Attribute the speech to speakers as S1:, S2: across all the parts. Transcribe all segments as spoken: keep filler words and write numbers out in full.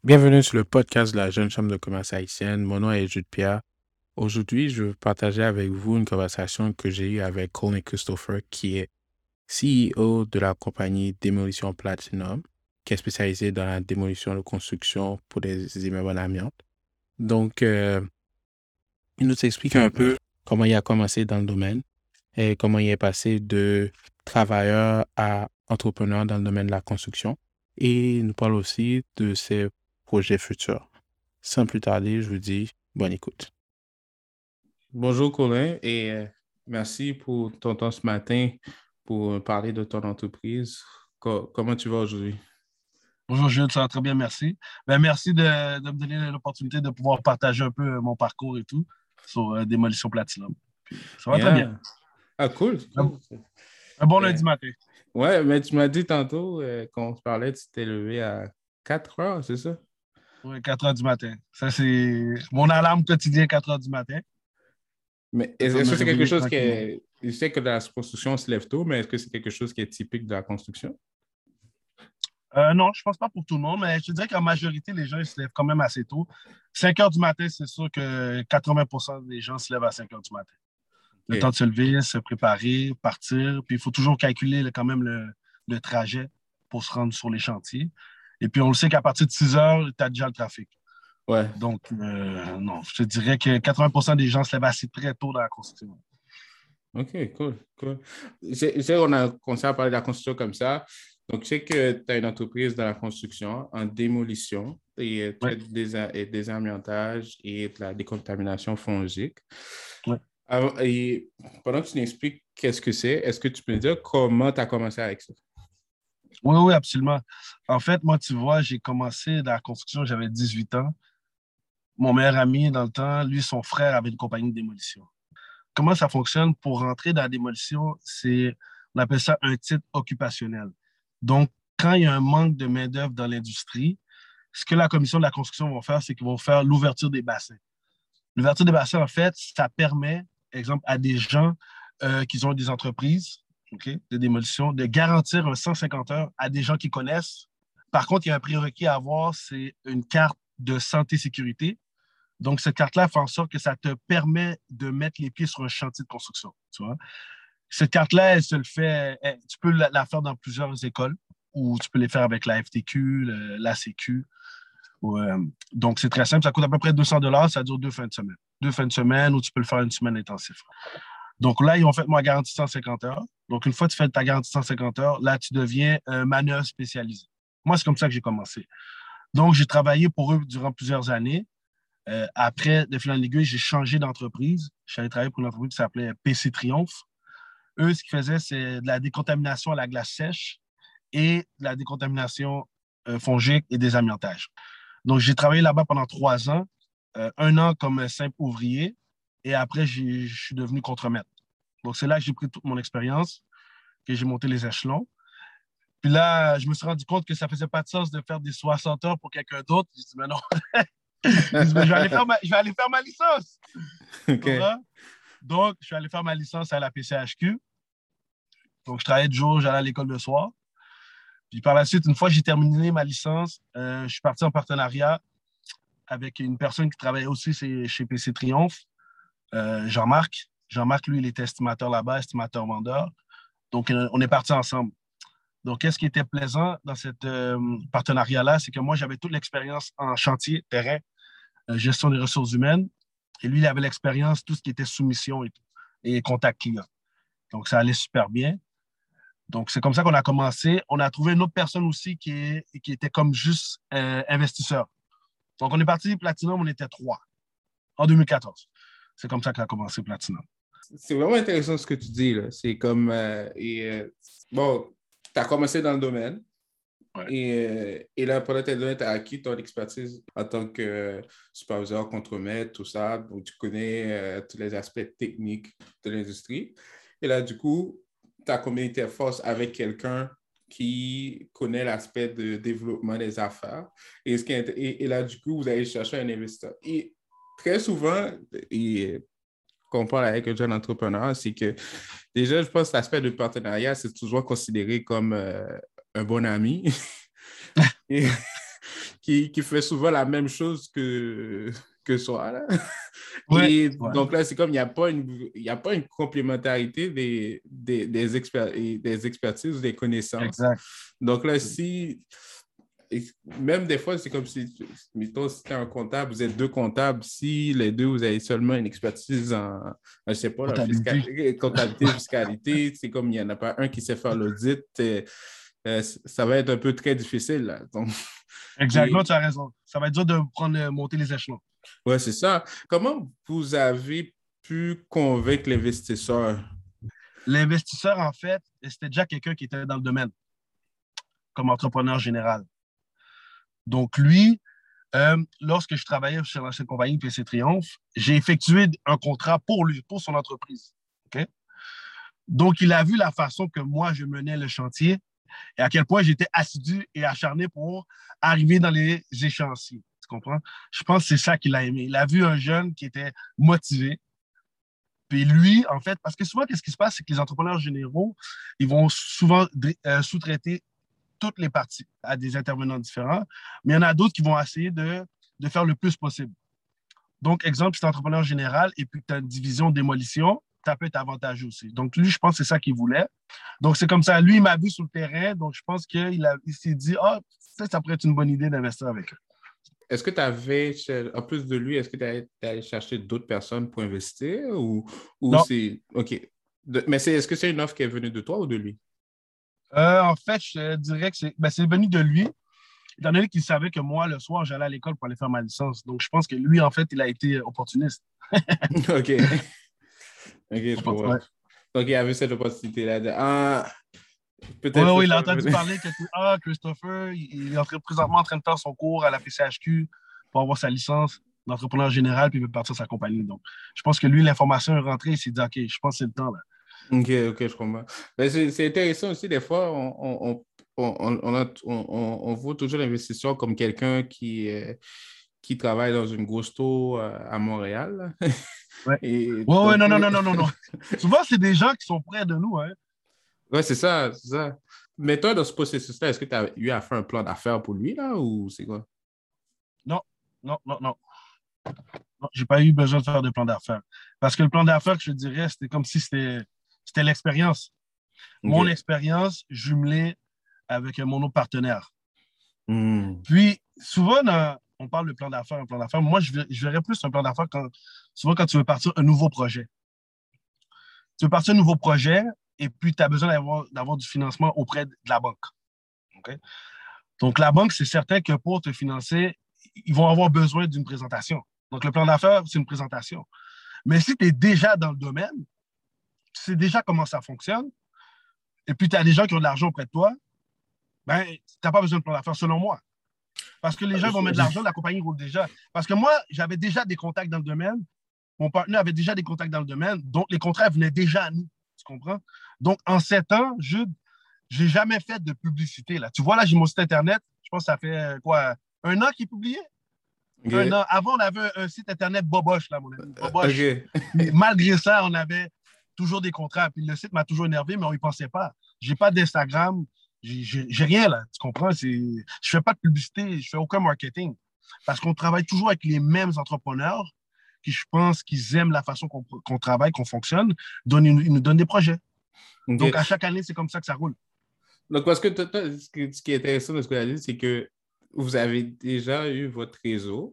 S1: Bienvenue sur le podcast de la Jeune Chambre de commerce haïtienne. Mon nom est Jude Pierre. Aujourd'hui, je veux partager avec vous une conversation que j'ai eue avec Colin Christopher, qui est C E O de la compagnie Démolition Platinum, qui est spécialisée dans la démolition de construction pour des immeubles en amiante. Donc, euh, il nous explique un peu comment il a commencé dans le domaine et comment il est passé de travailleur à entrepreneur dans le domaine de la construction. Et il nous parle aussi de ses projets futurs. Sans plus tarder, je vous dis bonne écoute. Bonjour Colin et euh, merci pour ton temps ce matin pour parler de ton entreprise. Co- comment tu vas aujourd'hui?
S2: Bonjour Jules, ça va très bien, merci. Ben, merci de, de me donner l'opportunité de pouvoir partager un peu euh, mon parcours et tout sur euh, Démolition Platinum. Puis, ça va très bien.
S1: Yeah. Ah, cool,
S2: Un,
S1: cool.
S2: un bon
S1: Euh,
S2: lundi matin.
S1: ouais, mais tu m'as dit tantôt, euh, quand on se parlait, tu t'es levé à quatre heures, c'est ça?
S2: Oui, quatre heures du matin. Ça, c'est mon alarme quotidien, quatre heures du matin.
S1: Mais
S2: Ça
S1: est-ce
S2: peut
S1: est-ce
S2: me
S1: que c'est quelque
S2: réveiller
S1: chose qui
S2: tranquillement.
S1: est... Je sais que dans la construction, on se lève tôt, mais est-ce que c'est quelque chose qui est typique de la construction?
S2: Euh, non, je pense pas pour tout le monde, mais je te dirais qu'en majorité, les gens ils se lèvent quand même assez tôt. cinq heures du matin, c'est sûr que quatre-vingts pour cent des gens se lèvent à cinq heures du matin. Le temps
S1: OK.
S2: de se lever, se préparer, partir. Puis il faut toujours calculer là, quand même le, le trajet pour se rendre sur les chantiers. Et puis on le sait qu'à partir de six heures, tu as déjà le trafic.
S1: Ouais.
S2: Donc, euh, non, je te dirais que quatre-vingts pour cent des gens se lèvent assez très tôt dans la construction.
S1: OK, cool, cool. Je je sais qu'on a commencé à parler de la construction comme ça. Donc, je sais que tu as une entreprise dans la construction, en démolition, et euh, tu
S2: Oui,
S1: fais des et des amiantages et de la décontamination fongique.
S2: oui.
S1: Alors, et pendant que tu m'expliques qu'est-ce que c'est, est-ce que tu peux me dire comment tu as commencé avec ça?
S2: Oui, oui, absolument. En fait, moi, tu vois, j'ai commencé dans la construction, j'avais dix-huit ans. Mon meilleur ami, dans le temps, lui, son frère avait une compagnie de démolition. Comment ça fonctionne pour rentrer dans la démolition? C'est, on appelle ça un titre occupationnel. Donc, quand il y a un manque de main-d'œuvre dans l'industrie, ce que la commission de la construction va faire, c'est qu'ils vont faire l'ouverture des bassins. L'ouverture des bassins, en fait, ça permet, exemple, à des gens euh, qui ont des entreprises okay, de démolition de garantir un cent cinquante heures à des gens qui connaissent. Par contre, il y a un prérequis à avoir, c'est une carte de santé-sécurité. Donc, cette carte-là fait en sorte que ça te permet de mettre les pieds sur un chantier de construction. Tu vois? Cette carte-là, elle se le fait, elle, tu peux la, la, faire dans plusieurs écoles ou tu peux les faire avec la F T Q, le, la C Q. Ouais. Donc, c'est très simple. Ça coûte à peu près deux cents dollars. Ça dure deux fins de semaine. Deux fins de semaine ou tu peux le faire une semaine intensive. Donc là, ils ont fait ma garantie cent cinquante heures. Donc, une fois que tu fais ta garantie cent cinquante heures, là, tu deviens un manuel spécialisé. Moi, c'est comme ça que j'ai commencé. Donc, j'ai travaillé pour eux durant plusieurs années. Euh, après, de fil en aiguille, j'ai changé d'entreprise. J'allais travailler pour une entreprise qui s'appelait P C Triomphe. Eux, ce qu'ils faisaient, c'est de la décontamination à la glace sèche et de la décontamination euh, fongique et des amiantages. Donc, j'ai travaillé là-bas pendant trois ans, euh, un an comme simple ouvrier, et après, je suis devenu contremaître. Donc, c'est là que j'ai pris toute mon expérience, que j'ai monté les échelons. Puis là, je me suis rendu compte que ça ne faisait pas de sens de faire des soixante heures pour quelqu'un d'autre. J'ai dit, mais non, j'ai dit, mais je vais aller faire ma, je vais aller faire ma licence.
S1: OK.
S2: Donc, je suis allé faire ma licence à la P C H Q. Donc, je travaillais de jour, j'allais à l'école de soir. Puis par la suite, une fois que j'ai terminé ma licence, euh, je suis parti en partenariat avec une personne qui travaillait aussi chez P C Triomphe, euh, Jean-Marc. Jean-Marc, lui, il était estimateur là-bas, estimateur vendeur. Donc, euh, on est partis ensemble. Donc, qu'est-ce qui était plaisant dans ce euh, partenariat-là, c'est que moi, j'avais toute l'expérience en chantier, terrain, euh, gestion des ressources humaines. Et lui, il avait l'expérience, tout ce qui était soumission et tout, et contact client. Donc, ça allait super bien. Donc, c'est comme ça qu'on a commencé. On a trouvé une autre personne aussi qui, est, qui était comme juste euh, investisseur. Donc, on est parti Platinum, on était trois en deux mille quatorze. C'est comme ça qu'on a commencé Platinum.
S1: C'est vraiment intéressant ce que tu dis, là. C'est comme... euh, et, euh, bon, tu as commencé dans le domaine.
S2: Ouais.
S1: Et, euh, et là, pendant tes données, tu as acquis ton expertise en tant que euh, superviseur, contremaître, tout ça. Donc, tu connais euh, tous les aspects techniques de l'industrie. Et là, du coup, tu as combiné tes forces avec quelqu'un qui connaît l'aspect de développement des affaires. Et, ce qui est, et, et là, du coup, vous allez chercher un investisseur. Et très souvent, et qu'on parle avec un jeune entrepreneur, c'est que déjà, je pense que l'aspect de partenariat, c'est toujours considéré comme euh, un bon ami. Et, qui, qui fait souvent la même chose que, que soi. Là.
S2: Ouais,
S1: Et
S2: ouais,
S1: donc là, c'est comme il n'y a pas une, il y a pas une complémentarité des, des, des, exper des expertises ou des connaissances.
S2: exact.
S1: Donc là, si, même des fois, c'est comme si, mettons, si tu es un comptable, vous êtes deux comptables, si les deux, vous avez seulement une expertise en, je sais pas, la
S2: Comptabilité.
S1: fiscalité, comptabilité, fiscalité, c'est comme il n'y en a pas un qui sait faire l'audit, euh, euh, ça va être un peu très difficile. Là. Donc,
S2: Exactement,
S1: et
S2: tu as raison. Ça va être dur de prendre, euh, monter les échelons.
S1: ouais, c'est ça. Comment vous avez pu convaincre l'investisseur?
S2: L'investisseur, en fait, c'était déjà quelqu'un qui était dans le domaine comme entrepreneur général. Donc, lui, euh, lorsque je travaillais chez l'ancienne compagnie P C Triomphe, j'ai effectué un contrat pour lui, pour son entreprise. OK? Donc, il a vu la façon que moi, je menais le chantier et à quel point j'étais assidu et acharné pour arriver dans les échéanciers. Tu comprends? Je pense que c'est ça qu'il a aimé. Il a vu un jeune qui était motivé. Puis lui, en fait, parce que souvent, qu'est-ce qui se passe, c'est que les entrepreneurs généraux, ils vont souvent euh, sous-traiter toutes les parties à des intervenants différents, mais il y en a d'autres qui vont essayer de, de faire le plus possible. Donc, exemple, si tu es entrepreneur général et puis tu as une division démolition, ça peut être avantageux aussi. Donc, lui, je pense que c'est ça qu'il voulait. Donc, c'est comme ça. Lui, il m'a vu sur le terrain, donc je pense qu'il a, il s'est dit, ah, oh, ça, ça pourrait être une bonne idée d'investir avec eux.
S1: Est-ce que tu avais, en plus de lui, est-ce que tu es allé chercher d'autres personnes pour investir ou, ou
S2: Non.
S1: c'est. OK. De, mais c'est, est-ce que c'est une offre qui est venue de toi ou de lui?
S2: Euh, en fait, je dirais que c'est, ben, c'est venu de lui, étant donné qu'il savait que moi, le soir, j'allais à l'école pour aller faire ma licence. Donc, je pense que lui, en fait, il a été opportuniste.
S1: OK. OK, je comprends.
S2: Ouais.
S1: Donc, il y avait cette opportunité-là de Ah,
S2: Oui,
S1: peut-être
S2: oui, il a
S1: ça.
S2: entendu parler que ah, Christopher, il est en train, présentement en train de faire son cours à la P C H Q pour avoir sa licence d'entrepreneur général, puis il veut partir sa compagnie. Donc, je pense que lui, l'information est rentrée, il s'est dit, OK, je pense que c'est le temps. Là.
S1: OK, OK, je comprends. Mais c'est c'est intéressant aussi, des fois, on, on, on, on, on, a- on, on- on voit toujours l'investisseur comme quelqu'un qui, euh, qui travaille dans une grosse tour euh, à Montréal.
S2: Ouais.
S1: Et
S2: Ouais, ouais,
S1: donc,
S2: non, non,
S1: pour...
S2: non, non, non, non. Souvent, c'est des gens qui sont près de nous. Hein.
S1: ouais, c'est ça, c'est ça. Mais toi, dans ce processus-là, est-ce que tu as eu à faire un plan d'affaires pour lui, là, ou c'est quoi?
S2: Non, non, non, non. non j'ai pas eu besoin de faire de plan d'affaires. Parce que le plan d'affaires, je dirais, c'était comme si c'était, c'était l'expérience. Mon
S1: OK.
S2: expérience jumelée avec mon autre partenaire.
S1: Hmm.
S2: Puis, souvent, dans- on parle de plan d'affaires, un plan d'affaires. Moi, je, ver- je verrais plus un plan d'affaires quand, souvent quand tu veux partir un nouveau projet. Tu veux partir un nouveau projet et puis tu as besoin d'avoir, d'avoir du financement auprès de la banque. OK? Donc, la banque, c'est certain que pour te financer, ils vont avoir besoin d'une présentation. Donc, le plan d'affaires, c'est une présentation. Mais si tu es déjà dans le domaine, tu sais déjà comment ça fonctionne, et puis tu as des gens qui ont de l'argent auprès de toi, ben, tu n'as pas besoin de plan d'affaires, selon moi. Parce que les gens vont mettre de l'argent, la compagnie roule déjà. Parce que moi, j'avais déjà des contacts dans le domaine. Mon partenaire avait déjà des contacts dans le domaine. Donc, les contrats venaient déjà à nous. Tu comprends? Donc, en sept ans, je n'ai jamais fait de publicité. Là. Tu vois, là, j'ai mon site Internet. Je pense que ça fait euh, quoi? Un an qu'il est publié? Un
S1: OK.
S2: an. Avant, on avait un, un site Internet boboche, là, mon ami.
S1: Euh,
S2: Boboche.
S1: OK.
S2: Puis, malgré ça, on avait toujours des contrats. Puis le site m'a toujours énervé, mais on n'y pensait pas. J'ai pas d'Instagram. J'ai rien, là. Tu comprends? Je fais pas de publicité. Je fais aucun marketing. Parce qu'on travaille toujours avec les mêmes entrepreneurs qui, je pense, qu'ils aiment la façon qu'on qu travaille, qu'on fonctionne. Donc, ils, ils nous donnent des projets. Donc,
S1: OK.
S2: à chaque année, c'est comme ça que ça roule.
S1: Donc, parce que toi, toi, ce qui ce qui est intéressant de ce que tu as dit, c'est que vous avez déjà eu votre réseau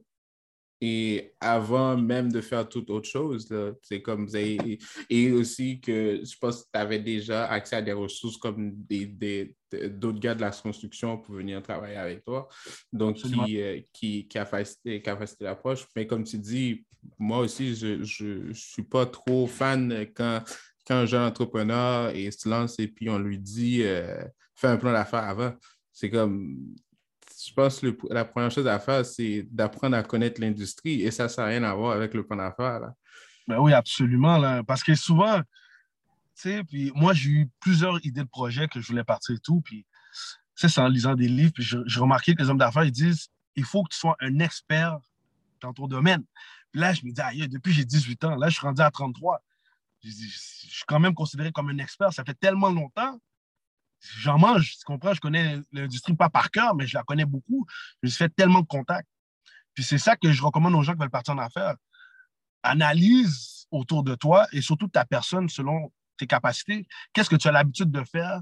S1: et avant même de faire toute autre chose, là, c'est comme vous avez, et aussi que je pense que tu avais déjà accès à des ressources comme des, des, d'autres gars de la construction pour venir travailler avec toi, donc
S2: Absolument.
S1: qui, euh, qui, qui a facilité, qui a facilité l'approche. Mais comme tu dis, moi aussi, je ne suis pas trop fan quand, quand un jeune entrepreneur et se lance et puis on lui dit euh, fais un plan d'affaires avant. C'est comme je pense que le, la première chose à faire, c'est d'apprendre à connaître l'industrie et ça, ça n'a rien à voir avec le plan d'affaires. Là.
S2: Ben oui, absolument. Là. Parce que souvent, tu sais, puis moi, j'ai eu plusieurs idées de projets que je voulais partir et tout. Puis, c'est en lisant des livres. Puis, j'ai remarqué que les hommes d'affaires, ils disent il faut que tu sois un expert dans ton domaine. Puis là, je me dis, aïe, depuis j'ai dix-huit ans, là, je suis rendu à trente-trois. Je, je, je suis quand même considéré comme un expert. Ça fait tellement longtemps. j'en mange, tu comprends? Je connais l'industrie pas par cœur, mais je la connais beaucoup. Je me suis fait tellement de contacts. Puis c'est ça que je recommande aux gens qui veulent partir en affaires. Analyse autour de toi et surtout ta personne selon tes capacités. Qu'est-ce que tu as l'habitude de faire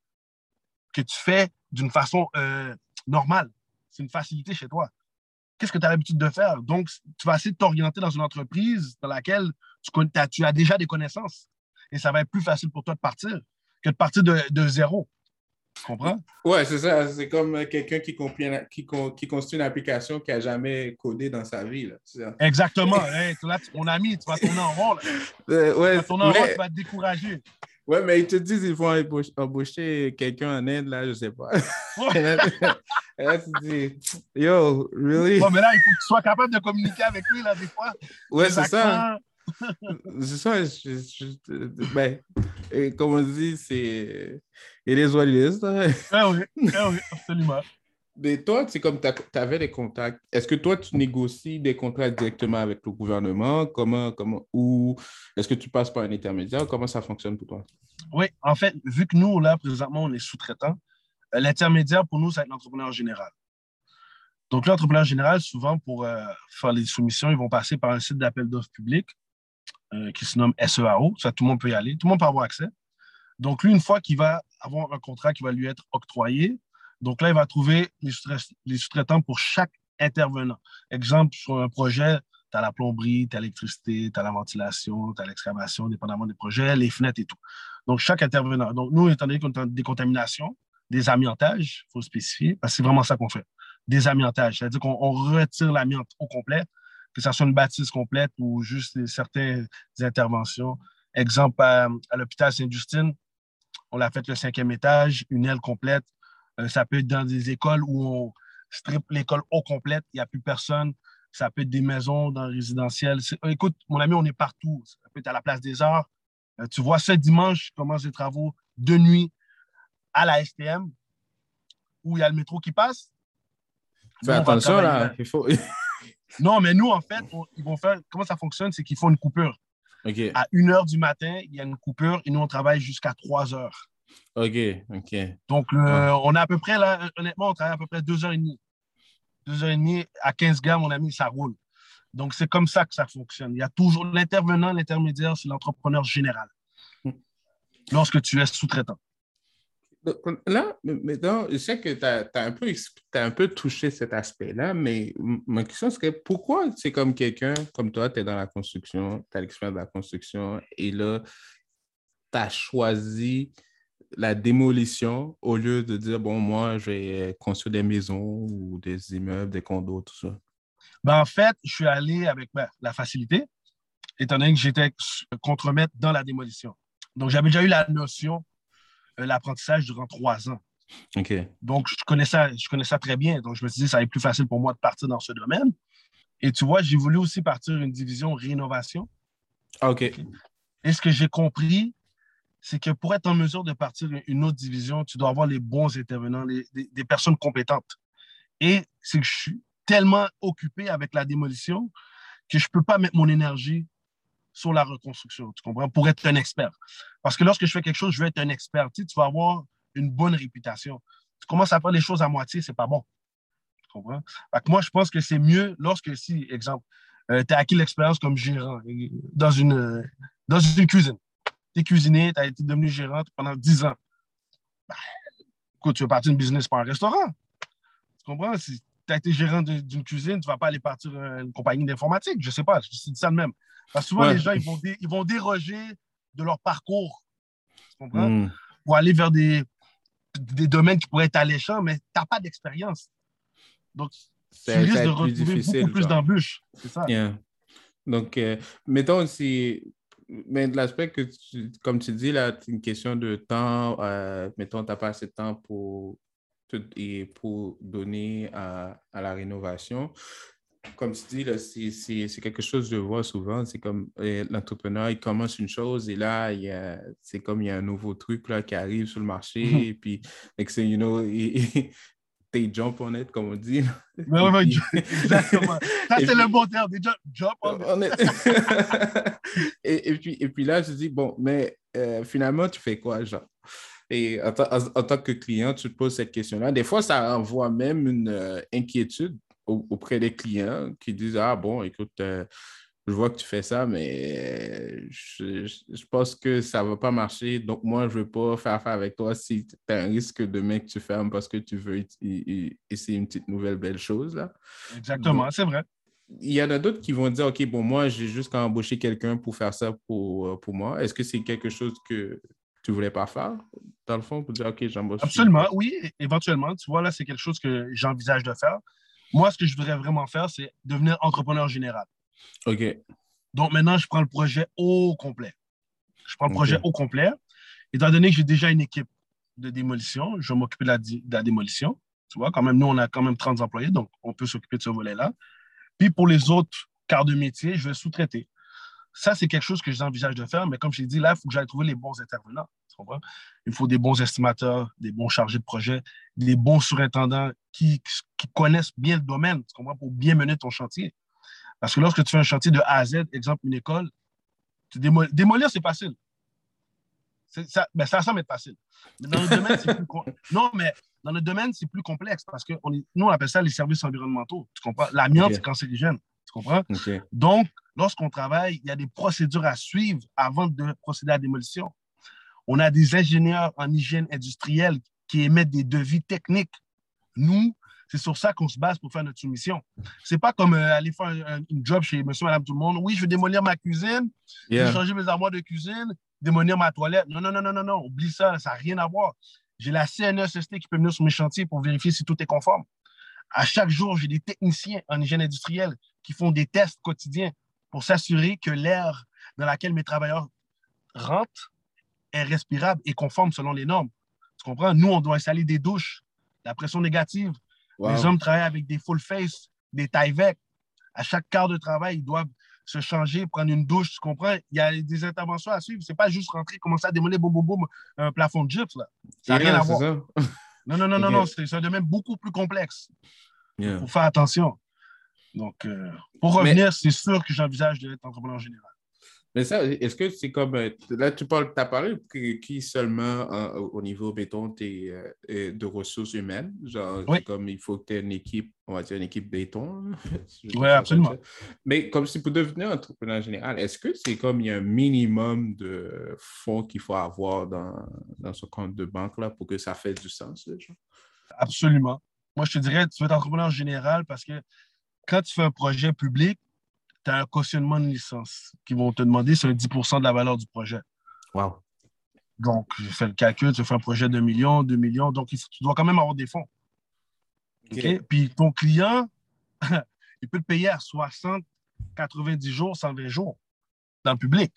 S2: que tu fais d'une façon euh, normale? C'est une facilité chez toi. Qu'est-ce que tu as l'habitude de faire? Donc, tu vas essayer de t'orienter dans une entreprise dans laquelle tu, as, tu as déjà des connaissances. Et ça va être plus facile pour toi de partir que de partir de, de zéro. Tu comprends?
S1: Ouais, c'est ça. C'est comme quelqu'un qui, qui, qui construit une application qui n'a jamais codé dans sa vie. Là. C'est ça.
S2: Exactement. Hey, là, tu, mon ami, tu vas tourner en rond. Là.
S1: Euh, ouais,
S2: tu vas tourner en
S1: mais...
S2: rond, tu vas te décourager.
S1: Ouais, mais ils te disent qu'ils vont embaucher quelqu'un en Inde, là, je sais pas. Ouais. Et là, tu dis, yo, really?
S2: Bon, mais là, il faut que tu sois capable de communiquer avec lui, là, des fois.
S1: Ouais, c'est ça. C'est ça. Je, je, ben, comme on dit, c'est. It is what it is.
S2: Ah oui, ah oui, absolument.
S1: Mais toi, c'est comme tu avais des contacts. Est-ce que toi, tu négocies des contrats directement avec le gouvernement? Comment, comment, ou est-ce que tu passes par un intermédiaire? Comment ça fonctionne pour toi?
S2: Oui, en fait, vu que nous, là, présentement, on est sous-traitants, l'intermédiaire, pour nous, ça va être l'entrepreneur général. Donc, l'entrepreneur général, souvent, pour euh, faire les soumissions, ils vont passer par un site d'appel d'offres public euh, qui se nomme S E A O. Ça, tout le monde peut y aller. Tout le monde peut avoir accès. Donc, lui, une fois qu'il va avoir un contrat qui va lui être octroyé, donc là, il va trouver les sous-traitants pour chaque intervenant. Exemple, sur un projet, tu as la plomberie, tu as l'électricité, tu as la ventilation, tu as l'excavation, dépendamment des projets, les fenêtres et tout. Donc, chaque intervenant. Donc, nous, étant donné qu'on a des contaminations, des amiantages, il faut spécifier, parce que c'est vraiment ça qu'on fait. Des amiantages, c'est-à-dire qu'on retire l'amiante au complet, que ce soit une bâtisse complète ou juste certaines interventions. Exemple, à, à l'hôpital Sainte-Justine, on l'a fait le cinquième étage, une aile complète. Euh, ça peut être dans des écoles où on strip l'école au complète, il n'y a plus personne. Ça peut être des maisons dans le résidentiel. Écoute, mon ami, on est partout. Ça peut être à la Place des Arts. Euh, tu vois, ce dimanche, je commence des travaux de nuit à la S T M, où il y a le métro qui passe.
S1: Fais nous, attention, là. là. Il faut...
S2: non, mais nous, en fait, on, ils vont faire... Comment ça fonctionne? C'est qu'ils font une coupure.
S1: Okay.
S2: À une heure du matin, il y a une coupure et nous, on travaille jusqu'à trois heures.
S1: OK, OK.
S2: Donc, le, oh. on a à peu près, là, honnêtement, on travaille à peu près deux heures et demie. Deux heures et demie à quinze gars, mon ami, ça roule. Donc, c'est comme ça que ça fonctionne. Il y a toujours l'intervenant, l'intermédiaire, c'est l'entrepreneur général. Lorsque tu es sous-traitant.
S1: Là, maintenant, je sais que tu as, as, as un peu touché cet aspect-là, mais ma question serait pourquoi c'est comme quelqu'un, comme toi, tu es dans la construction, tu as l'expérience de la construction, et là, tu as choisi la démolition au lieu de dire, bon, moi, je vais construire des maisons ou des immeubles, des condos, tout ça?
S2: Ben, en fait, je suis allé avec ben, la facilité, étant donné que j'étais contremaître dans la démolition. Donc, j'avais déjà eu la notion l'apprentissage durant trois ans.
S1: Okay.
S2: Donc, je connais, ça, je connais ça très bien. Donc, je me suis dit, ça va être plus facile pour moi de partir dans ce domaine. Et tu vois, j'ai voulu aussi partir une division rénovation.
S1: OK.
S2: Et ce que j'ai compris, c'est que pour être en mesure de partir une autre division, tu dois avoir les bons intervenants, les, des, des personnes compétentes. Et c'est que je suis tellement occupé avec la démolition que je ne peux pas mettre mon énergie sur la reconstruction, tu comprends, pour être un expert. Parce que lorsque je fais quelque chose, je veux être un expert. Tu sais, tu vas avoir une bonne réputation. Tu commences à faire les choses à moitié, c'est pas bon. Tu comprends? Fait que moi, je pense que c'est mieux lorsque, si, exemple, euh, tu as acquis l'expérience comme gérant dans une, euh, dans une cuisine. Tu es cuisinier, tu as été devenu gérant pendant dix ans. Ben, écoute, tu veux partir une business pour un restaurant. Tu comprends? Si tu as été gérant d'une cuisine, tu ne vas pas aller partir une compagnie d'informatique. Je ne sais pas, je dis ça de même. Parce que souvent, ouais. les gens, ils vont, dé, ils vont déroger de leur parcours, tu comprends? Mm. Pour aller vers des, des domaines qui pourraient être alléchants, mais tu n'as pas d'expérience. Donc, tu risques de retrouver beaucoup plus d'embûches. C'est ça.
S1: Yeah. Donc, euh, mettons aussi, mais de l'aspect que, tu, comme tu dis, là, c'est une question de temps. Euh, mettons, tu n'as pas assez de temps pour, et pour donner à, à la rénovation. Comme tu dis, là, c'est, c'est, c'est quelque chose que je vois souvent. C'est comme euh, l'entrepreneur, il commence une chose et là, il y a, c'est comme il y a un nouveau truc là, qui arrive sur le marché mm-hmm. et puis, like, c'est, you know, they jump on it, comme on dit.
S2: Mais ouais, puis... exactement. Ça, c'est puis... le bon terme, des jump, jump on it.
S1: et, et, puis, et puis là, je dis, bon, mais euh, finalement, tu fais quoi, genre? Et en, ta- en- en tant que client, tu te poses cette question-là. Des fois, ça envoie même une euh, inquiétude au- auprès des clients qui disent, ah bon, écoute, euh, je vois que tu fais ça, mais euh, je, je- je pense que ça ne va pas marcher. Donc, moi, je ne veux pas faire affaire avec toi si tu as un risque demain que tu fermes parce que tu veux y- y- essayer une petite nouvelle belle chose, là.
S2: Exactement,
S1: Donc,
S2: c'est vrai.
S1: il y en a d'autres qui vont dire, OK, bon, moi, j'ai juste qu'à embaucher quelqu'un pour faire ça pour, euh, pour moi. Est-ce que c'est quelque chose que tu ne voulais pas faire, dans le fond, pour dire, OK, j'embauche une
S2: Absolument,
S1: personne?
S2: oui, é- éventuellement. Tu vois, là, c'est quelque chose que j'envisage de faire. Moi, ce que je voudrais vraiment faire, c'est devenir entrepreneur général.
S1: OK,
S2: Donc maintenant, je prends le projet au complet. Je prends le projet
S1: OK.
S2: au complet. Étant donné que j'ai déjà une équipe de démolition, je vais m'occuper de la, di- de la démolition. Tu vois, quand même, nous, on a quand même trente employés, donc on peut s'occuper de ce volet-là. Puis pour les autres quarts de métier, je vais sous-traiter. Ça, c'est quelque chose que j'envisage de faire, mais comme je l'ai dit, là, il faut que j'aille trouver les bons intervenants. Tu comprends? Il faut des bons estimateurs, des bons chargés de projet, des bons surintendants qui, qui connaissent bien le domaine, tu comprends, pour bien mener ton chantier. Parce que lorsque tu fais un chantier de A à Z, exemple une école, tu démol- démolir, c'est facile. C'est- Ça, ben, ça semble être facile. Mais dans notre domaine, c'est plus. com- Non, mais dans notre domaine, c'est plus complexe parce que on est... nous, on appelle ça les services environnementaux. Tu comprends? L'amiante, c'est
S1: OK,
S2: cancérigène. Tu comprends?
S1: OK.
S2: Donc, lorsqu'on travaille, il y a des procédures à suivre avant de procéder à la démolition. On a des ingénieurs en hygiène industrielle qui émettent des devis techniques. Nous, c'est sur ça qu'on se base pour faire notre soumission. C'est pas comme euh, aller faire un, un, une job chez monsieur, madame, tout le monde. Oui, je veux démolir ma cuisine, je veux
S1: Yeah.
S2: changer mes armoires de cuisine, démolir ma toilette. Non, non, non, non, non, non. Oublie ça, ça n'a rien à voir. J'ai la C N E S S T qui peut venir sur mes chantiers pour vérifier si tout est conforme. À chaque jour, j'ai des techniciens en hygiène industrielle qui font des tests quotidiens pour s'assurer que l'air dans lequel mes travailleurs rentrent est respirable et conforme selon les normes. Tu comprends? Nous, on doit installer des douches, la pression négative. Les
S1: Wow.
S2: hommes travaillent avec des full face, des Tyvek. À chaque quart de travail, ils doivent se changer, prendre une douche, tu comprends? Il y a des interventions à suivre. C'est pas juste rentrer, commencer à démolir, boum, boum, boum, un plafond de gypse, là. Ça n'a rien
S1: Yeah,
S2: à
S1: c'est
S2: voir.
S1: ça.
S2: Non, non, non, non, non,
S1: OK.
S2: c'est un domaine beaucoup plus complexe. Il
S1: Yeah.
S2: faut faire attention. Donc, euh, pour
S1: Mais
S2: revenir, c'est sûr que j'envisage d'être entrepreneur général.
S1: Mais ça, est-ce que c'est comme. euh, Là, tu parles, t'as parlé qui qui seulement euh, au niveau, béton, tes, euh, euh, de ressources humaines. Genre,
S2: Oui,
S1: c'est comme il faut que tu aies une équipe, on va dire une équipe béton, là, si je peux
S2: oui,
S1: dire ça comme ça.
S2: absolument.
S1: Mais comme si pour devenir entrepreneur général, est-ce que c'est comme il y a un minimum de fonds qu'il faut avoir dans, dans ce compte de banque là pour que ça fasse du sens, là, genre?
S2: Absolument. Moi, je te dirais, tu veux être entrepreneur général parce que quand tu fais un projet public, tu as un cautionnement de licence qui vont te demander, c'est un dix pour cent de la valeur du projet.
S1: Wow.
S2: Donc, je fais le calcul, tu fais un projet de millions, deux millions, donc il faut- tu dois quand même avoir des fonds. OK?
S1: OK.
S2: Puis ton client, il peut te payer à soixante, quatre-vingt-dix jours, cent vingt jours dans le public.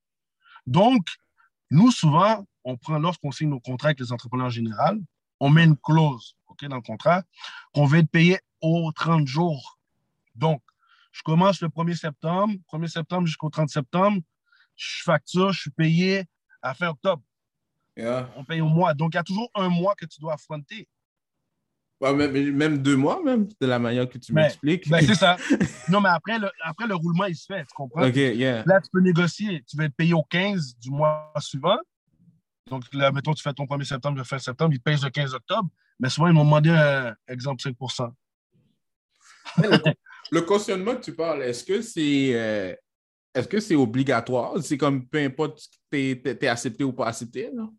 S2: Donc, nous, souvent, on prend, lorsqu'on signe nos contrats avec les entrepreneurs généraux, on met une clause, OK, dans le contrat qu'on va être payé aux trente jours. Donc, je commence le premier septembre, premier septembre jusqu'au trente septembre, je facture, je suis payé à fin octobre.
S1: Yeah.
S2: On paye au mois. Donc, il y a toujours un mois que tu dois affronter.
S1: Ouais, même, même deux mois, même, de la manière que tu
S2: Mais,
S1: m'expliques.
S2: ben, c'est ça. Non, mais après le, après, le roulement, il se fait, tu comprends?
S1: OK, yeah.
S2: Là, tu peux négocier. Tu vas être payé au quinze du mois suivant. Donc, là, mettons, tu fais ton premier septembre, le fin septembre, ils te payent le quinze octobre. Mais souvent, ils m'ont demandé, un exemple, cinq pour cent.
S1: Mais le, co- le cautionnement que tu parles, est-ce que c'est euh, est-ce que c'est obligatoire? C'est comme peu importe si t'es, t'es, t'es accepté ou pas accepté, là?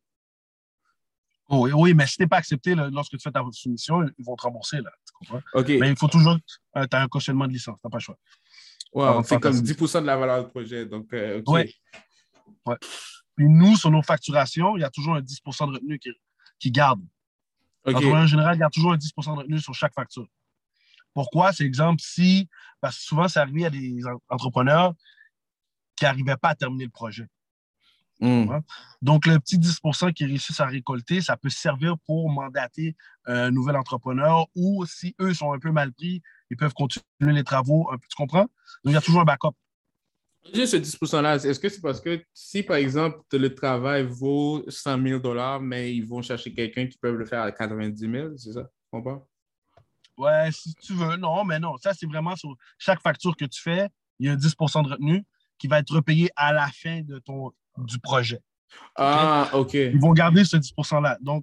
S2: Oh, oui, oui, mais si tu n'es pas accepté, là, lorsque tu fais ta soumission, ils vont te rembourser, là, tu comprends? Mais
S1: OK.
S2: il faut toujours que tu as un cautionnement de licence, tu n'as pas le choix avant
S1: Wow,
S2: de
S1: c'est
S2: faire ta
S1: comme dix
S2: soumission.
S1: pour cent de la valeur du projet. Donc, euh, OK.
S2: Oui, ouais. Puis nous, sur nos facturations, il y a toujours un dix pour cent de retenue qui, qui garde. L'entrepreneur
S1: OK.
S2: général garde toujours un dix pour cent de retenue sur chaque facture. Pourquoi? C'est exemple si, parce que souvent, c'est arrivé à des entrepreneurs qui n'arrivaient pas à terminer le projet.
S1: Hmm.
S2: Donc, le petit dix pour cent qu'ils réussissent à récolter, ça peut servir pour mandater un nouvel entrepreneur ou si eux sont un peu mal pris, ils peuvent continuer les travaux. Un peu, tu comprends? Donc, il y a toujours un backup.
S1: Juste ce dix pour cent-là, est-ce que c'est parce que si, par exemple, le travail vaut cent mille dollars, mais ils vont chercher quelqu'un qui peut le faire à quatre-vingt-dix mille, c'est ça? Tu comprends?
S2: Ouais, si tu veux. Non, mais non. Ça, c'est vraiment sur chaque facture que tu fais, il y a un dix pour cent de retenue qui va être repayé à la fin de ton, du projet. OK?
S1: Ah, OK.
S2: Ils vont garder ce dix pour cent-là. Donc,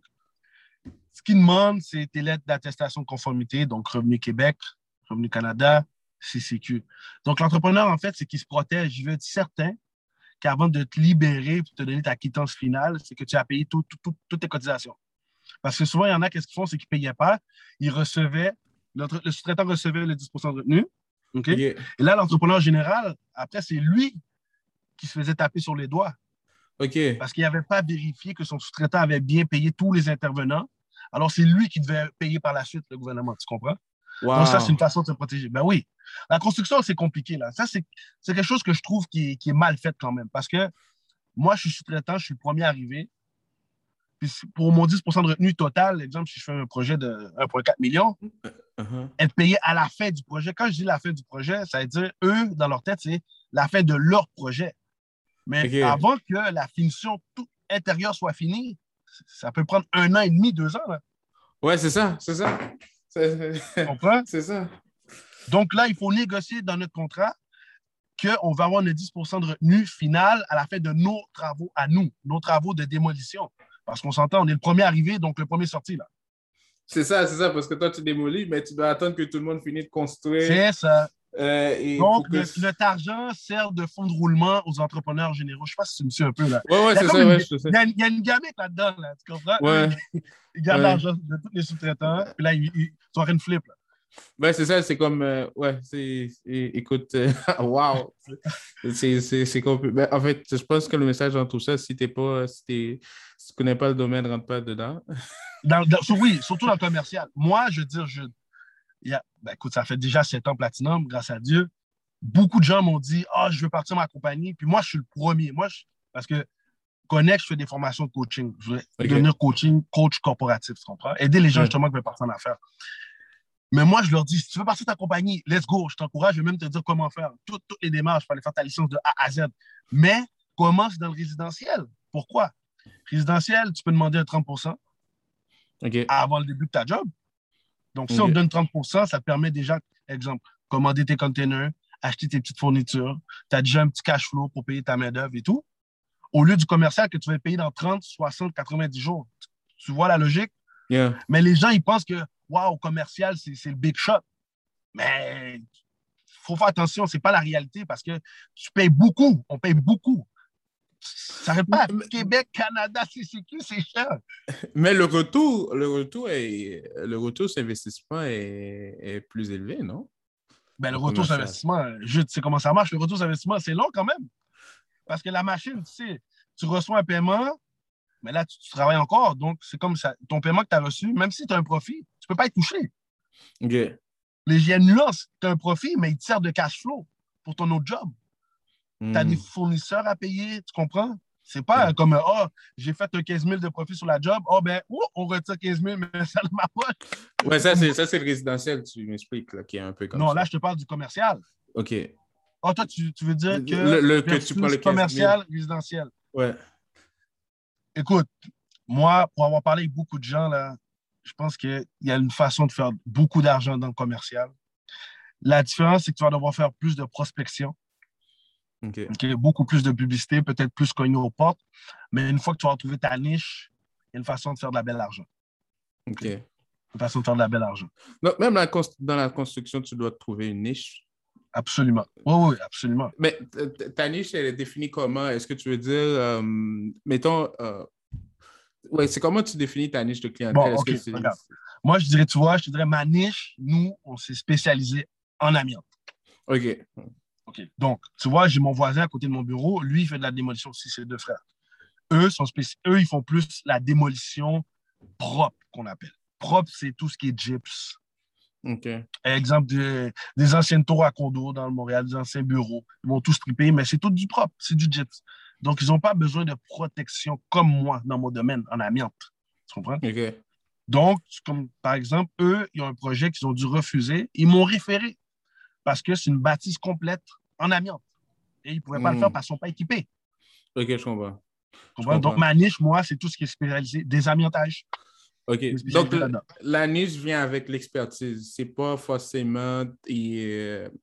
S2: ce qu'ils demandent, c'est tes lettres d'attestation de conformité, donc Revenu Québec, Revenu Canada, C C Q. Donc, l'entrepreneur, en fait, c'est qu'il se protège. Il veut être certain qu'avant de te libérer pour te donner ta quittance finale, c'est que tu as payé tout, tout, tout, toutes tes cotisations. Parce que souvent, il y en a, qu'est-ce qu'ils font? C'est qu'ils ne payaient pas. Ils recevaient, le sous-traitant recevait le dix pour cent de retenue. OK?
S1: OK.
S2: Et là, l'entrepreneur général, après, c'est lui qui se faisait taper sur les doigts
S1: OK.
S2: parce qu'il n'avait pas vérifié que son sous-traitant avait bien payé tous les intervenants. Alors, c'est lui qui devait payer par la suite le gouvernement. Tu comprends? Donc, ça, c'est une
S1: Wow.
S2: façon de se protéger. Ben oui. La construction, c'est compliqué, là. Ça, c'est quelque chose que je trouve qui est, qui est mal fait quand même. Parce que moi, je suis sous-traitant, je suis le premier arrivé. Puis pour mon dix pour cent de retenue totale, exemple, si je fais un projet de un virgule quatre million,
S1: Uh-huh.
S2: être payé à la fin du projet. Quand je dis la fin du projet, ça veut dire, eux, dans leur tête, c'est la fin de leur projet. Mais
S1: OK.
S2: avant que la finition tout intérieure soit finie, ça peut prendre un an et demi, deux ans. Là.
S1: Ouais, c'est ça, c'est ça. C'est
S2: Tu comprends?
S1: c'est ça.
S2: Donc là, il faut négocier dans notre contrat qu'on va avoir le dix pour cent de retenue finale à la fin de nos travaux à nous, nos travaux de démolition. Parce qu'on s'entend, on est le premier arrivé, donc le premier sorti. Là.
S1: C'est ça, c'est ça, parce que toi, tu démolis, mais tu dois attendre que tout le monde finisse de construire.
S2: C'est ça.
S1: Euh, et
S2: Donc,
S1: pour que...
S2: le, notre argent sert de fonds de roulement aux entrepreneurs généraux. Je ne sais pas si tu me suis un peu là.
S1: Ouais, ouais,
S2: Il y a
S1: c'est
S2: comme
S1: ça,
S2: une,
S1: ouais, je sais.
S2: il y a, il y a une gamique là-dedans, là, tu comprends? Eux,
S1: Ouais,
S2: ils, ils gardent
S1: ouais.
S2: l'argent de tous les sous-traitants, puis là, ils, ils sont en train de flip. Là.
S1: Ben, c'est ça, c'est comme... euh, ouais, c'est... é- Écoute, euh, wow! C'est c'est- c'est compli- ben, en fait, je pense que le message dans tout ça, si t'es pas... Si t'es, si tu connais pas le domaine, rentre pas dedans.
S2: Dans, dans, sur- oui, surtout dans le commercial. Moi, je veux dire, je, il y a, ben, écoute, ça fait déjà sept ans Platinum, grâce à Dieu. Beaucoup de gens m'ont dit, ah, oh, je veux partir ma compagnie. Puis moi, je suis le premier. Moi, je, parce que Connect, je fais des formations de coaching. Je veux
S1: OK.
S2: devenir coaching, coach corporatif, tu comprends? Aider les gens
S1: Ouais.
S2: justement qui veulent partir en affaires. Mais moi, je leur dis, si tu veux partir de ta compagnie, let's go, je t'encourage, je vais même te dire comment faire. Toutes, toutes les démarches pour aller faire ta licence de A à Z. Mais commence dans le résidentiel. Pourquoi? Résidentiel, tu peux demander un trente pour cent
S1: OK.
S2: avant le début de ta job. Donc, si on te
S1: OK.
S2: donne trente pour cent, ça te permet déjà, exemple, commander tes containers, acheter tes petites fournitures. Tu as déjà un petit cash flow pour payer ta main-d'œuvre et tout. Au lieu du commercial que tu vas payer dans trente, soixante, quatre-vingt-dix jours. Tu vois la logique?
S1: Yeah.
S2: Mais les gens, ils pensent que, waouh, commercial, c'est, c'est le big shot. Mais il faut faire attention, ce n'est pas la réalité parce que tu payes beaucoup. On paye beaucoup. Ça ne pas. Québec, Canada, C C Q, c'est cher.
S1: Mais le retour, le retour est, le retour sur investissement est, est plus élevé, non?
S2: Ben, le
S1: En
S2: retour sur
S1: commercial.
S2: investissement, je sais comment ça marche. Le retour sur investissement, c'est long quand même. Parce que la machine, tu sais, tu reçois un paiement, mais là, tu, tu travailles encore. Donc, c'est comme ça. Ton paiement que tu as reçu, même si tu as un profit, tu ne peux pas y toucher.
S1: OK.
S2: Mais il y a une nuance. Tu as un profit, mais il te sert de cash flow pour ton autre job. Tu as des
S1: Hmm.
S2: fournisseurs à payer, tu comprends? C'est pas
S1: Yeah.
S2: comme, oh, j'ai fait un quinze mille de profit sur la job, oh, ben, oh, on retire quinze mille, mais ça ne m'a pas.
S1: Ouais,
S2: C'est
S1: ça,
S2: comme...
S1: c'est, ça, c'est le résidentiel, tu m'expliques, là, qui est un peu comme
S2: Non,
S1: ça.
S2: là, je te parle du commercial.
S1: OK.
S2: Oh, toi, tu, tu veux dire que
S1: Le, le- que tu prends le
S2: versus
S1: quinze mille.
S2: commercial, résidentiel.
S1: Ouais.
S2: Écoute, moi, pour avoir parlé avec beaucoup de gens, là, je pense qu'il y a une façon de faire beaucoup d'argent dans le commercial. La différence, c'est que tu vas devoir faire plus de prospection,
S1: OK.
S2: okay? Beaucoup plus de publicité, peut-être plus cogner aux portes. Mais une fois que tu vas trouver ta niche, il y a une façon de faire de la belle argent.
S1: OK.
S2: Okay? Une façon de faire de la belle argent.
S1: Donc, même la cons- dans la construction, tu dois trouver une niche.
S2: Absolument. Oui, oui, absolument.
S1: Mais t- t- ta niche, elle est définie comment? Est-ce que tu veux dire, euh, mettons, euh, ouais, c'est comment tu définis ta niche de
S2: Bon,
S1: clientèle? Est-ce
S2: OK,
S1: que c'est...
S2: regarde. Moi, je dirais, tu vois, je te dirais, ma niche, nous, on s'est spécialisé en amiante.
S1: OK.
S2: OK. Donc, tu vois, j'ai mon voisin à côté de mon bureau. Lui, il fait de la démolition aussi, ses deux frères. Eux, sont spéci... Eux, ils font plus la démolition propre, qu'on appelle. Propre, c'est tout ce qui est gyps.
S1: OK.
S2: Exemple, de, des anciennes tours à condo dans le Montréal, des anciens bureaux. Ils vont tous stripper, mais c'est tout du propre, c'est du gyps. Donc, ils n'ont pas besoin de protection comme moi dans mon domaine, en amiante. Tu comprends?
S1: OK.
S2: Donc, comme par exemple, eux, ils ont un projet qu'ils ont dû refuser. Ils m'ont référé parce que c'est une bâtisse complète en amiante. Et ils ne pouvaient pas le faire
S1: Hmm.
S2: parce qu'ils ne sont pas équipés.
S1: OK, je comprends.
S2: Tu
S1: Je
S2: comprends? Donc,
S1: comprends.
S2: ma niche, moi, c'est tout ce qui est spécialisé, désamiantage.
S1: OK.
S2: Des
S1: Donc,
S2: spécialités
S1: l-
S2: là-dedans.
S1: la niche vient avec l'expertise. C'est pas forcément et, euh,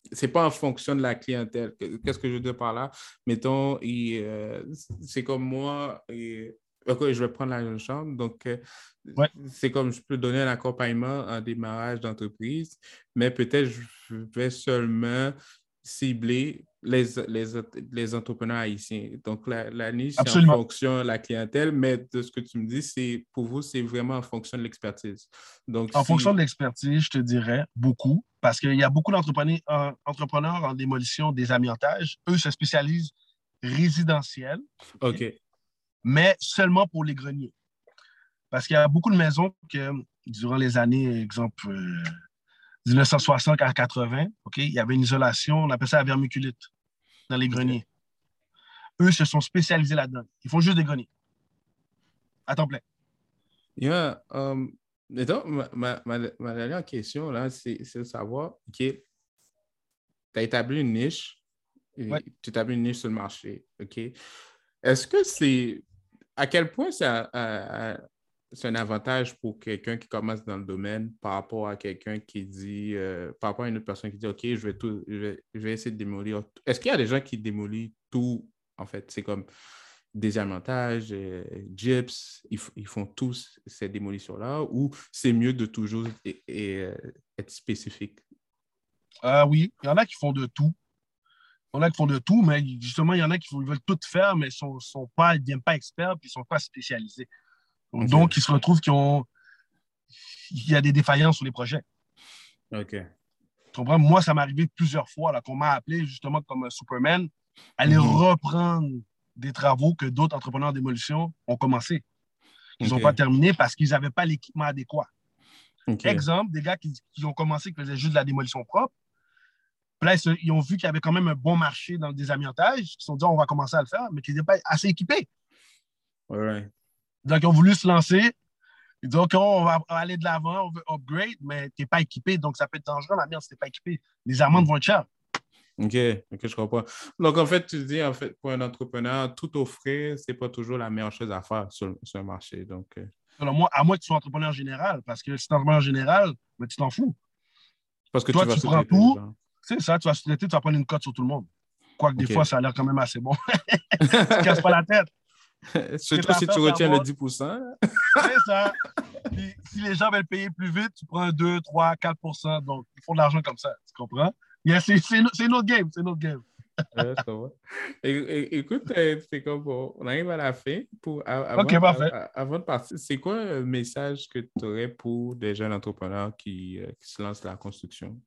S1: c'est pas en fonction de la clientèle. Qu'est-ce que je veux dire par là? Mettons, il, euh, c'est comme moi, et, ok, je vais prendre la jeune chambre. Donc, euh,
S2: Ouais,
S1: c'est comme je peux donner un accompagnement en démarrage d'entreprise, mais peut-être je vais seulement cibler les, les, les entrepreneurs haïtiens. Donc, la, la niche, c'est en
S2: absolument.
S1: fonction de la clientèle, mais de ce que tu me dis, c'est pour vous, c'est vraiment en fonction de l'expertise. Donc,
S2: En fonction de
S1: si...
S2: l'expertise, je te dirais beaucoup, parce qu'il y a beaucoup d'entrepreneurs euh, entrepreneurs en démolition, désamiantage. Eux se spécialisent résidentiel, OK?
S1: OK.
S2: Mais seulement pour les greniers. Parce qu'il y a beaucoup de maisons que, durant les années, exemple, euh, dix-neuf cent soixante à quatre-vingts, OK, il y avait une isolation, on appelle ça la vermiculite, dans les
S1: OK.
S2: greniers. Eux se sont spécialisés là-dedans. Ils font juste des greniers, à temps plein.
S1: Yeah, um, mettons, ma, ma, ma, ma dernière question, là, c'est c'est de savoir, OK, tu as établi une niche,
S2: Ouais.
S1: et tu établis une niche sur le marché, OK? Est-ce que c'est, à quel point c'est un, un- c'est un avantage pour quelqu'un qui commence dans le domaine par rapport à quelqu'un qui dit, euh, par rapport à une autre personne qui dit, OK, je vais tout, je vais, je vais essayer de démolir. Est-ce qu'il y a des gens qui démolissent tout, en fait? C'est comme désamiantage, euh, gyps, ils, f- ils font tous ces démolitions-là, ou c'est mieux de toujours et- et, euh, être spécifique?
S2: Ah oui, il y en a qui font de tout. Il y en a qui font de tout, mais justement, il y en a qui ils veulent tout faire, mais sont, sont pas, ils ne deviennent pas experts, puis ils ne sont pas spécialisés.
S1: OK.
S2: Donc, ils se retrouvent qu'il y a des défaillances sur les projets.
S1: OK.
S2: Tu comprends? Moi, ça m'est arrivé plusieurs fois là, qu'on m'a appelé justement comme un Superman, aller
S1: Mhm.
S2: reprendre des travaux que d'autres entrepreneurs en démolition ont commencé, qu'ils n'ont pas
S1: OK.
S2: terminé parce qu'ils n'avaient pas l'équipement adéquat.
S1: OK.
S2: Exemple, des gars qui, qui ont commencé, qui faisaient juste de la démolition propre. Puis là, ils, se- ils ont vu qu'il y avait quand même un bon marché dans le désamiantage. Ils se sont dit, on va commencer à le faire, mais qu'ils n'étaient pas assez équipés.
S1: All right.
S2: Donc, ils ont voulu se lancer. Ils disent, OK, on va aller de l'avant, on veut upgrade, mais tu n'es pas équipé. Donc, ça peut être dangereux, la merde, si tu n'es pas équipé. Les amendes
S1: Mm.
S2: vont être chères.
S1: OK. OK, je comprends. Donc, en fait, tu dis, en fait, pour un entrepreneur, tout offrir, c'est pas toujours la meilleure chose à faire sur, sur un marché. Donc, euh,
S2: Selon moi, à moins que tu sois entrepreneur général, parce que si tu es entrepreneur général, ben, tu t'en fous.
S1: parce que tu
S2: Toi,
S1: vas
S2: tu prends
S1: sous-traiter les
S2: tout,
S1: gens.
S2: c'est ça, tu vas sous-traiter, tu vas prendre une cote sur tout le monde. Quoique des fois,
S1: OK.
S2: ça a l'air quand même assez bon. Tu ne casses pas la tête. Ce que tu
S1: Surtout
S2: as à
S1: si tu
S2: faire, c'est
S1: retiens le
S2: avoir.
S1: dix pour cent.
S2: C'est ça. Puis, si les gens veulent payer plus vite, tu prends deux, trois, quatre pour cent. Donc, ils font de l'argent comme ça. Tu comprends? Yeah, c'est c'est no- c'est notre game. C'est notre game.
S1: Ouais, je comprends. É- é- Écoute, euh, c'est comme bon, on arrive à la fin. Pour, a-
S2: OK,
S1: avant, a-
S2: parfait.
S1: a- avant de partir, c'est quoi le message que tu aurais pour des jeunes entrepreneurs qui, euh, qui se lancent dans la construction?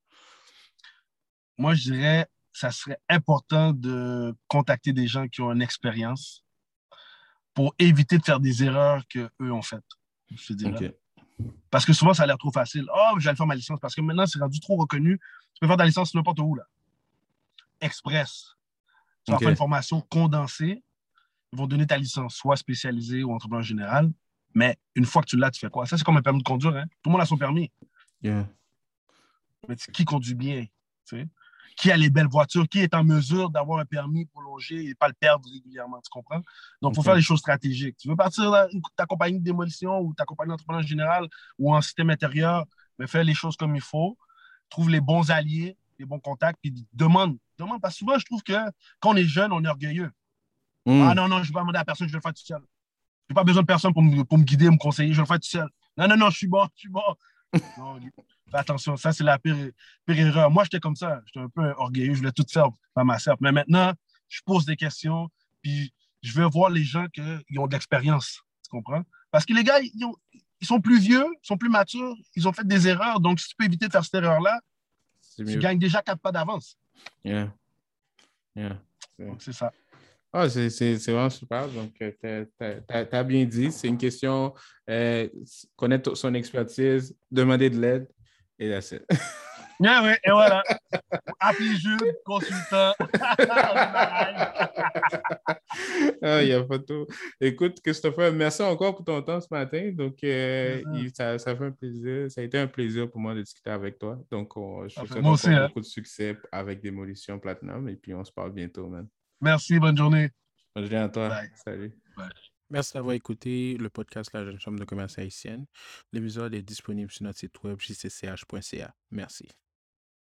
S2: Moi, je dirais, ça serait important de contacter des gens qui ont une expérience pour éviter de faire des erreurs qu'eux ont faites. Je te dirais.
S1: OK.
S2: Parce que souvent, ça a l'air trop facile. Oh, j'allais faire ma licence. Parce que maintenant, c'est rendu trop reconnu. Tu peux faire ta licence n'importe où, là. Express. Tu vas faire une
S1: OK.
S2: formation condensée. Ils vont donner ta licence, soit spécialisée ou entrepreneur général. Mais une fois que tu l'as, tu fais quoi? Ça, c'est comme un permis de conduire. Hein? Tout le monde a son permis.
S1: Yeah.
S2: Mais qui conduit bien? Tu sais? Qui a les belles voitures? Qui est en mesure d'avoir un permis pour loger et ne pas le perdre régulièrement? Tu comprends? Donc, il faut faire
S1: OK.
S2: des choses stratégiques. Tu veux partir dans ta compagnie de démolition ou ta compagnie d'entrepreneur général ou en système intérieur, mais fais les choses comme il faut. Trouve les bons alliés, les bons contacts, puis demande. Demande. Parce que souvent, je trouve que quand on est jeune, on est orgueilleux. Ah
S1: Mm.
S2: non, non, je ne vais pas demander à personne, je vais le faire tout seul. Je n'ai pas besoin de personne pour me, pour me guider, me conseiller, je vais le faire tout seul. Non, non, non, je suis bon, je suis bon. Non, fais attention, ça, c'est la pire, pire erreur. Moi, j'étais comme ça. J'étais un peu orgueilleux, je voulais tout faire par myself. Mais maintenant, je pose des questions, puis je veux voir les gens qui ont de l'expérience. Tu comprends? Parce que les gars, ils, ont- ils sont plus vieux, ils sont plus matures, ils ont fait des erreurs. Donc, si tu peux éviter de faire cette erreur-là,
S1: C'est
S2: tu
S1: mieux.
S2: gagnes déjà quatre pas d'avance.
S1: Yeah. Yeah. C'est-
S2: Donc, c'est ça.
S1: Ah, c'est c'est- c'est vraiment super. Donc, tu as bien dit. C'est une question, euh, connaître son expertise, demander de l'aide et that's it.
S2: Yeah, oui, et voilà. Appelez Jude, consultant. On démarrage.
S1: Ah, il y a pas tout. Écoute, Christopher, merci encore pour ton temps ce matin. Donc,
S2: Yes,
S1: euh,
S2: sir.
S1: il- ça, ça fait un plaisir. Ça a été un plaisir pour moi de discuter avec toi. Donc, on- je te
S2: Parfait.
S1: souhaite
S2: Moi aussi,
S1: encore
S2: hein.
S1: beaucoup de succès avec Démolition Platinum et puis on se parle bientôt, man.
S2: Merci, bonne journée.
S1: Je viens à toi.
S2: Bye.
S1: Salut.
S2: Bye.
S1: Merci d'avoir écouté le podcast La Jeune Chambre de commerce haïtienne. L'épisode est disponible sur notre site web j c c h point c a. Merci.